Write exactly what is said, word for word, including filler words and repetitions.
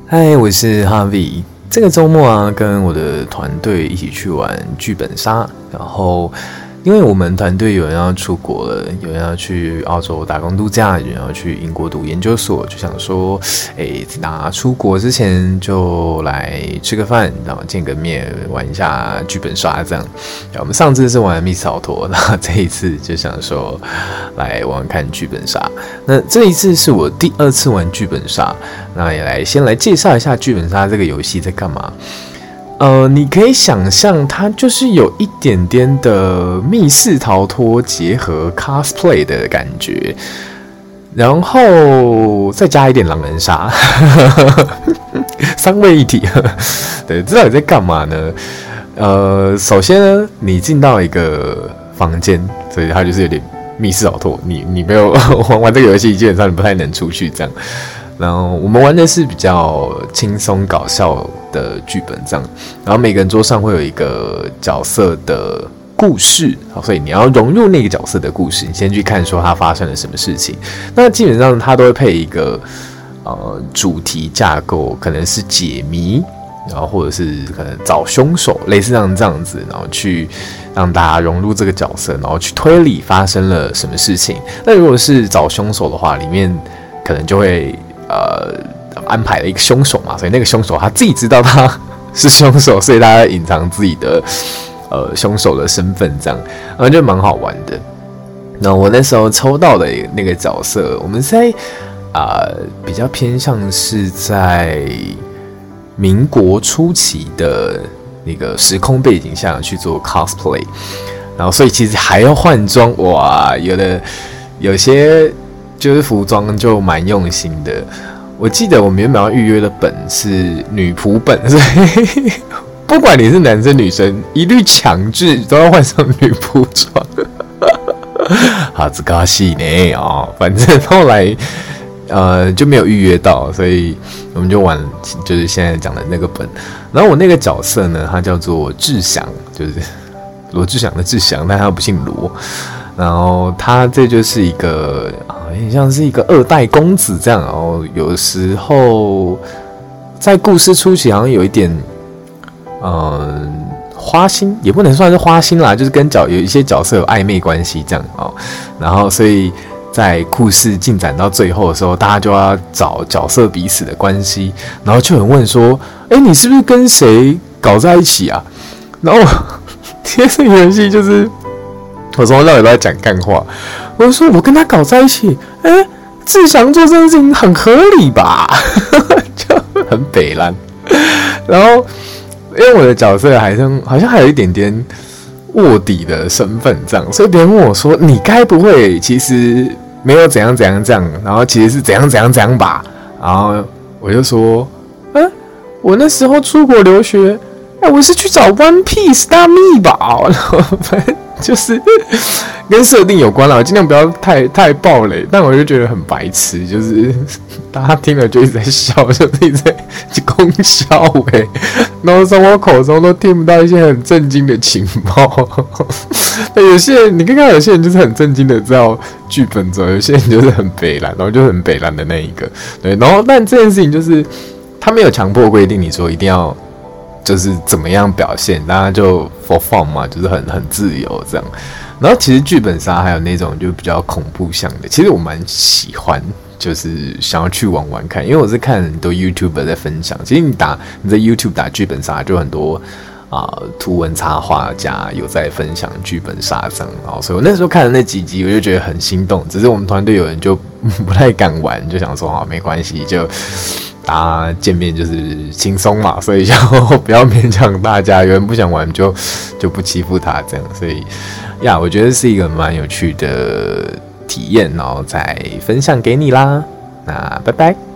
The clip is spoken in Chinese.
嗨，我是 Harvey。这个周末啊，跟我的团队一起去玩剧本杀，然后因为我们团队有人要出国了，有人要去澳洲打工度假，有人要去英国读研究所，就想说，哎，那出国之前就来吃个饭，然后见个面，玩一下剧本杀这样。我们上次是玩密室逃脱，那这一次就想说来玩看剧本杀。那这一次是我第二次玩剧本杀，那也来先来介绍一下剧本杀这个游戏在干嘛。呃，你可以想象，它就是有一点点的密室逃脱结合 cosplay 的感觉，然后再加一点狼人杀，三位一体。对，这到底在干嘛呢？呃，首先呢，你进到一个房间，所以它就是有点密室逃脱。你你没有玩玩这个游戏，基本上你不太能出去这样。然后我们玩的是比较轻松搞笑的剧本这样，然后每个人桌上会有一个角色的故事，所以你要融入那个角色的故事，你先去看说它发生了什么事情。那基本上它都会配一个呃主题架构，可能是解谜，然后或者是可能找凶手，类似像这样子，然后去让大家融入这个角色，然后去推理发生了什么事情。那如果是找凶手的话，里面可能就会呃，安排了一个凶手嘛，所以那个凶手他自己知道他是凶手，所以他隐藏自己的呃凶手的身份，这样，然后就蛮好玩的。那我那时候抽到的那个角色，我们在啊、呃、比较偏向是在民国初期的那个时空背景下去做 cosplay， 然后所以其实还要换装，哇，有的有些。就是服装就蛮用心的，我记得我们原本要预约的本是女仆本，所以不管你是男生女生，一律强制都要换上女仆装。好自高兴呢哦，反正后来呃就没有预约到，所以我们就玩就是现在讲的那个本。然后我那个角色呢，他叫做志祥，就是罗志祥的志祥，但他不姓罗。然后他这就是一个有点像是一个二代公子这样，然后有时候在故事初期好像有一点嗯花心，也不能算是花心啦，就是跟角有一些角色有暧昧关系这样哦。然后所以在故事进展到最后的时候，大家就要找角色彼此的关系，然后就有人问说：“哎，你是不是跟谁搞在一起啊？”然后这个游戏就是。我从头到尾都在讲干话，我就说我跟他搞在一起，哎、欸，志祥做这件事情很合理吧，就很北烂。然后因为我的角色还像好像还有一点点卧底的身份这样，所以别人问我说你该不会其实没有怎样怎样这样，然后其实是怎样怎样怎样吧？然后我就说，哎、欸，我那时候出国留学，哎、欸，我是去找 One Piece 大秘宝，然后反正。就是跟设定有关啦，我尽量不要太太暴雷，但我就觉得很白痴，就是大家听了就一直在笑，就一直在攻笑哎、欸，然后从我口中都听不到一些很震惊的情报。那有些人你看看，有些人就是很震惊的知道剧本走，有些人就是很北蓝，然后就很北蓝的那一个，对，然后但这件事情就是他没有强迫规定你说一定要。就是怎么样表现，大家就 for fun 嘛，就是很很自由这样。然后其实剧本杀还有那种就比较恐怖向的，其实我蛮喜欢，就是想要去玩玩看，因为我是看很多 YouTuber 在分享。其实你打你在 YouTube 打剧本杀，就很多啊、呃、图文插画家有在分享剧本杀这样。然后所以我那时候看了那几集，我就觉得很心动。只是我们团队有人就不太敢玩，就想说好没关系就。大家见面就是轻松嘛，所以就不要勉强大家。有人不想玩就就不欺负他这样，所以呀，我觉得是一个蛮有趣的体验，然后再分享给你啦。那拜拜。